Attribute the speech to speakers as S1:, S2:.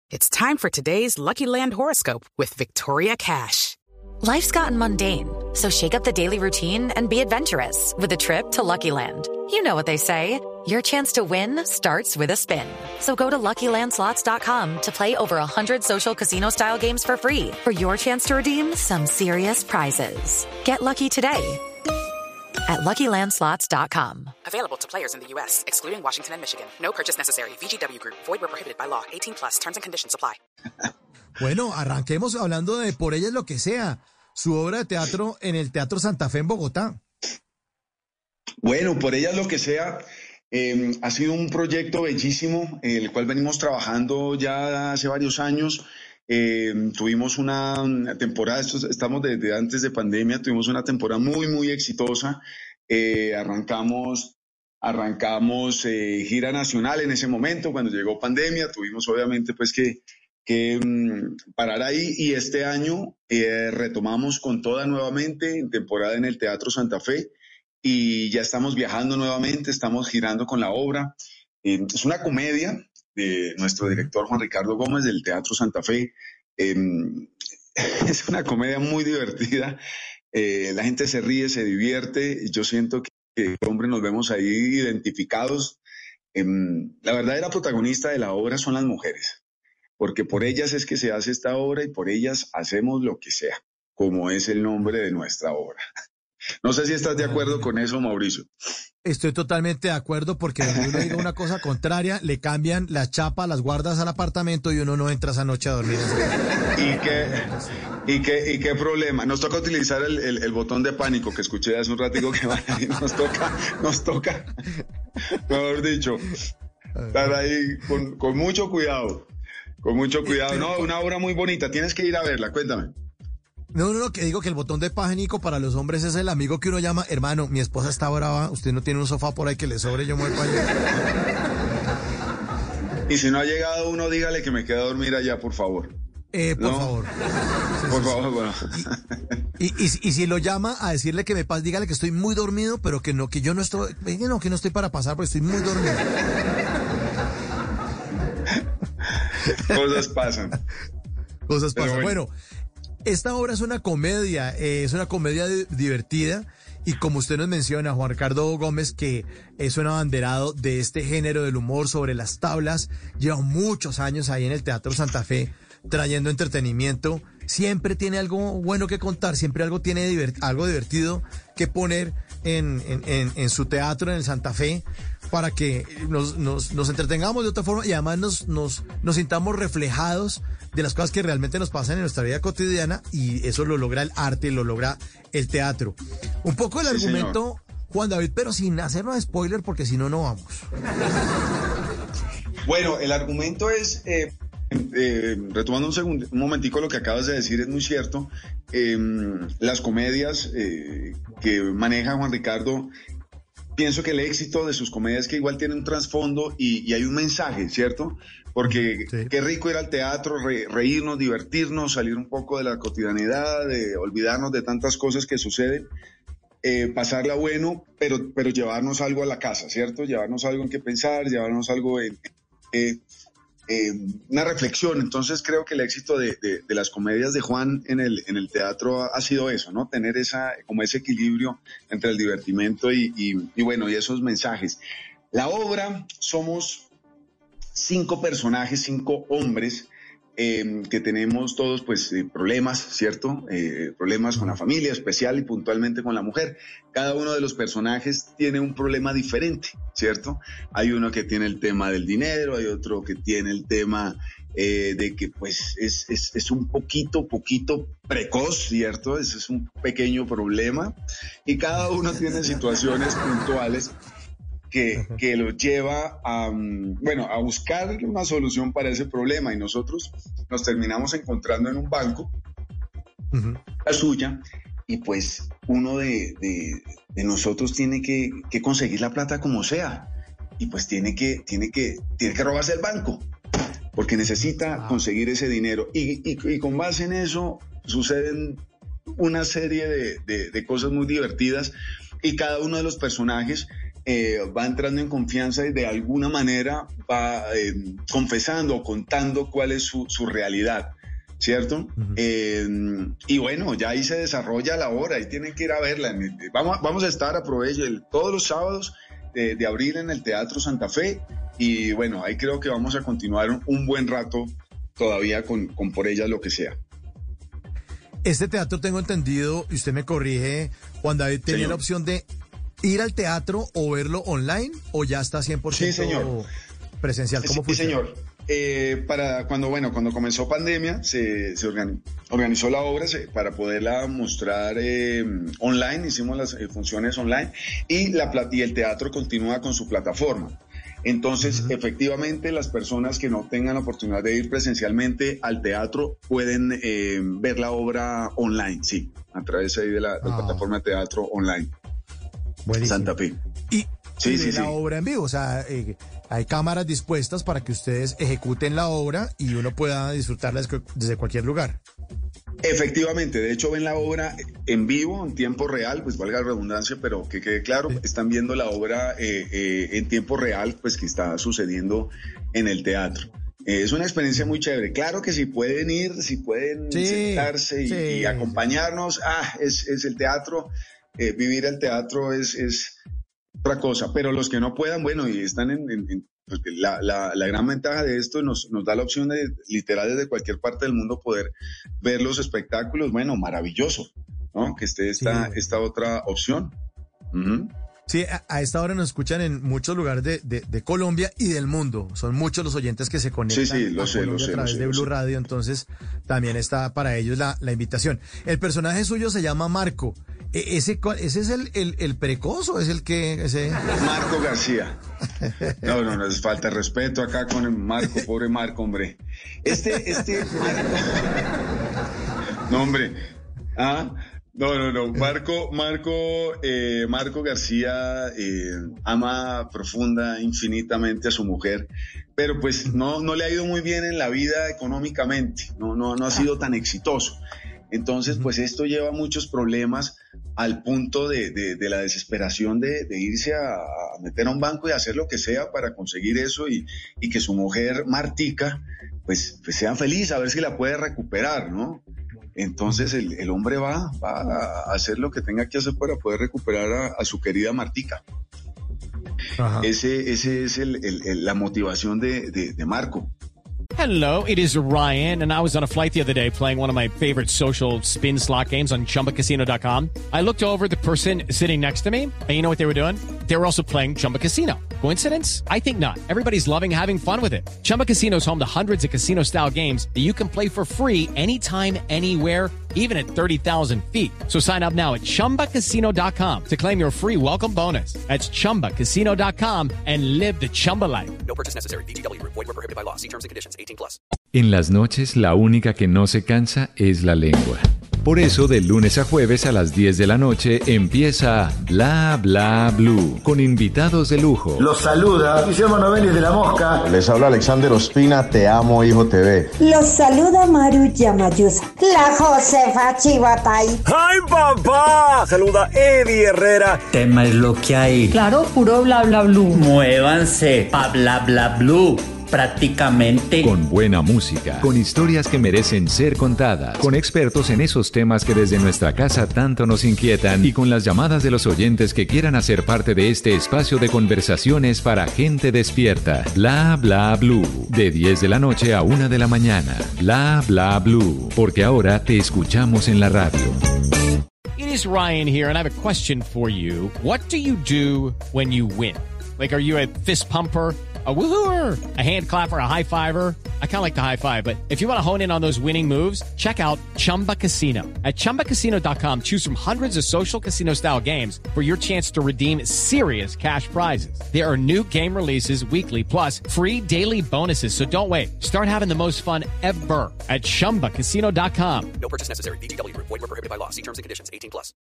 S1: It's time for today's Lucky Land horoscope with Victoria Cash.
S2: Life's gotten mundane, so shake up the daily routine and be adventurous with a trip to Lucky Land. You know what they say, your chance to win starts with a spin. So go to LuckyLandSlots.com to play over 100 social casino-style games for free for your chance to redeem some serious prizes. Get lucky today at LuckyLandSlots.com.
S1: Available to players in the U.S., excluding Washington and Michigan. No purchase necessary. VGW Group. Void where prohibited by law. 18+. Terms and conditions apply.
S3: Bueno, arranquemos hablando de Por ella es lo que sea, su obra de teatro en el Teatro Santa Fe en Bogotá.
S4: Bueno, Por ella es lo que sea, ha sido un proyecto bellísimo, el cual venimos trabajando ya hace varios años. Tuvimos una temporada, estamos desde antes de pandemia, tuvimos una temporada muy exitosa. Arrancamos gira nacional en ese momento, cuando llegó pandemia, tuvimos obviamente pues que parar ahí, y este año retomamos con toda nuevamente en temporada en el Teatro Santa Fe, y ya estamos viajando nuevamente, estamos girando con la obra. Es una comedia de nuestro director Juan Ricardo Gómez del Teatro Santa Fe. Es una comedia muy divertida, la gente se ríe, se divierte, y yo siento que hombre, nos vemos ahí identificados. La verdadera protagonista de la obra son las mujeres, porque por ellas es que se hace esta obra y por ellas hacemos lo que sea, como es el nombre de nuestra obra. No sé si estás de acuerdo con eso, Mauricio.
S3: Estoy totalmente de acuerdo, porque cuando uno diga una cosa contraria, le cambian la chapa, las guardas al apartamento y uno no entra esa noche a dormir.
S4: ¿Y qué problema? Nos toca utilizar el botón de pánico que escuché hace un ratico que van ahí. Nos toca, mejor dicho, estar ahí con mucho cuidado. Con mucho cuidado. No, una obra muy bonita. Tienes que ir a verla. Cuéntame.
S3: No, que digo que el botón de pánico para los hombres es el amigo que uno llama, hermano, mi esposa está brava, usted no tiene un sofá por ahí que le sobre, yo me voy para allá.
S4: Y si no ha llegado uno, dígale que me quede a dormir allá, por favor.
S3: Por favor.
S4: Por favor, bueno.
S3: Y si lo llama a decirle que me pase, dígale que estoy muy dormido, pero que yo no estoy, que no estoy para pasar, porque estoy muy dormido.
S4: Cosas pasan.
S3: Bueno, esta obra es una comedia divertida, y como usted nos menciona, Juan Ricardo Gómez, que es un abanderado de este género del humor sobre las tablas, lleva muchos años ahí en el Teatro Santa Fe trayendo entretenimiento, siempre tiene algo bueno que contar, siempre tiene algo divertido que poner en su teatro en el Santa Fe, para que nos entretengamos de otra forma y además nos sintamos reflejados de las cosas que realmente nos pasan en nuestra vida cotidiana, y eso lo logra el arte, lo logra el teatro. Un poco el argumento, señor Juan David, pero sin hacernos spoiler, porque si no, no vamos.
S4: Bueno, el argumento es, retomando un momentico lo que acabas de decir, es muy cierto. Las comedias que maneja Juan Ricardo, pienso que el éxito de sus comedias es que igual tienen un trasfondo y hay un mensaje, ¿cierto? Porque sí, qué rico ir al teatro, reírnos, divertirnos, salir un poco de la cotidianidad, de olvidarnos de tantas cosas que suceden, pasarla bueno, pero llevarnos algo a la casa, ¿cierto? Llevarnos algo en que pensar, llevarnos algo en una reflexión. Entonces creo que el éxito de las comedias de Juan en el teatro ha sido eso, ¿no? Tener como ese equilibrio entre el divertimento y esos mensajes. La obra, somos 5 personajes, 5 hombres, que tenemos todos pues problemas, ¿cierto? Problemas con la familia, especial y puntualmente con la mujer. Cada uno de los personajes tiene un problema diferente, ¿cierto? Hay uno que tiene el tema del dinero, hay otro que tiene el tema de que pues es un poquito precoz, ¿cierto? Ese es un pequeño problema, y cada uno tiene situaciones puntuales que lo lleva a buscar una solución para ese problema, y nosotros nos terminamos encontrando en un banco, la suya, y pues uno de nosotros tiene que conseguir la plata como sea, y pues tiene que robarse el banco, porque necesita conseguir ese dinero, y con base en eso suceden una serie de cosas muy divertidas, y cada uno de los personajes va entrando en confianza y de alguna manera va confesando o contando cuál es su realidad, ¿cierto? Uh-huh. Y bueno, ya ahí se desarrolla la obra, ahí tienen que ir a verla. Vamos a estar, aprovecho, todos los sábados de abril en el Teatro Santa Fe, y bueno, ahí creo que vamos a continuar un buen rato todavía con Por Ella Lo Que Sea.
S3: Este teatro, tengo entendido, y usted me corrige, Juan David, tenía la opción de ir al teatro o verlo online, o ya está 100%
S4: sí, señor.
S3: Presencial. ¿Cómo funciona?
S4: Sí, señor. Cuando comenzó pandemia, se organizó la obra para poderla mostrar online, hicimos las funciones online, y el teatro continúa con su plataforma. Entonces, uh-huh, efectivamente, las personas que no tengan la oportunidad de ir presencialmente al teatro pueden ver la obra online, sí, a través ahí de la plataforma de teatro online. Buenísimo. Santa Fe.
S3: Y la obra en vivo, o sea, hay cámaras dispuestas para que ustedes ejecuten la obra y uno pueda disfrutarla desde cualquier lugar.
S4: Efectivamente, de hecho ven la obra en vivo, en tiempo real, pues valga la redundancia, pero que quede claro, están viendo la obra en tiempo real, pues que está sucediendo en el teatro. Es una experiencia muy chévere. Claro que si pueden ir, si pueden sentarse y acompañarnos, es el teatro, vivir el teatro es otra cosa, pero los que no puedan, bueno, y están porque la gran ventaja de esto nos da la opción de, literal, desde cualquier parte del mundo poder ver los espectáculos. Bueno, maravilloso, ¿no? Que esté esta otra opción. Uh-huh.
S3: Sí, a esta hora nos escuchan en muchos lugares de Colombia y del mundo. Son muchos los oyentes que se conectan a través de Blue Radio, entonces también está para ellos la invitación. El personaje suyo se llama Marco. ¿Ese es el precoz o es el que...?
S4: Marco García. No, es falta de respeto acá con el Marco, pobre Marco, hombre. Marco... No, hombre. No. Marco García ama infinitamente a su mujer, pero pues no le ha ido muy bien en la vida económicamente, no ha sido tan exitoso. Entonces, pues esto lleva muchos problemas al punto de la desesperación de irse a meter a un banco y hacer lo que sea para conseguir eso y que su mujer, Martica, pues sea feliz, a ver si la puede recuperar, ¿no? Entonces el hombre va a hacer lo que tenga que hacer para poder recuperar a su querida Martica. Ajá. Ese es la motivación de Marco.
S5: Hello, it is Ryan, and I was on a flight the other day playing one of my favorite social spin slot games on ChumbaCasino.com. I looked over at the person sitting next to me, and you know what they were doing? They were also playing Chumba Casino. Coincidence? I think not. Everybody's loving having fun with it. Chumba Casino is home to hundreds of casino-style games that you can play for free anytime, anywhere, even at 30,000 feet. So sign up now at ChumbaCasino.com to claim your free welcome bonus. That's ChumbaCasino.com and live the Chumba life.
S1: No purchase necessary. VGW. Void where prohibited by law. See terms and conditions. 18+.
S6: En las noches, la única que no se cansa es la lengua. Por eso, de lunes a jueves a las 10 de la noche empieza Bla Bla Blue, con invitados de lujo.
S7: Los saluda Guillermo Novelli de La Mosca.
S8: Les habla Alexander Ospina, Te Amo Hijo TV.
S9: Los saluda Maru Yamayusa, la Josefa Chivatay.
S10: ¡Ay, papá! Saluda Eddie Herrera.
S11: Tema es lo que hay.
S12: Claro, puro Bla Bla Blue.
S11: Muévanse pa' Bla Bla Blue. Prácticamente.
S6: Con buena música, con historias que merecen ser contadas, con expertos en esos temas que desde nuestra casa tanto nos inquietan y con las llamadas de los oyentes que quieran hacer parte de este espacio de conversaciones para gente despierta. Bla Bla Blue, de 10 de la noche a 1 de la mañana. Bla Bla Blue, porque ahora te escuchamos en la radio.
S5: It is Ryan here, and I have a question for you. What do you do when you win? Like, are you a fist pumper, a woohooer, a hand clapper, a high fiver? I kind of like the high five, but if you want to hone in on those winning moves, check out Chumba Casino. At ChumbaCasino.com, choose from hundreds of social casino-style games for your chance to redeem serious cash prizes. There are new game releases weekly, plus free daily bonuses, so don't wait. Start having the most fun ever at ChumbaCasino.com.
S1: No purchase necessary. VGW. Void where prohibited by law. See terms and conditions. 18+.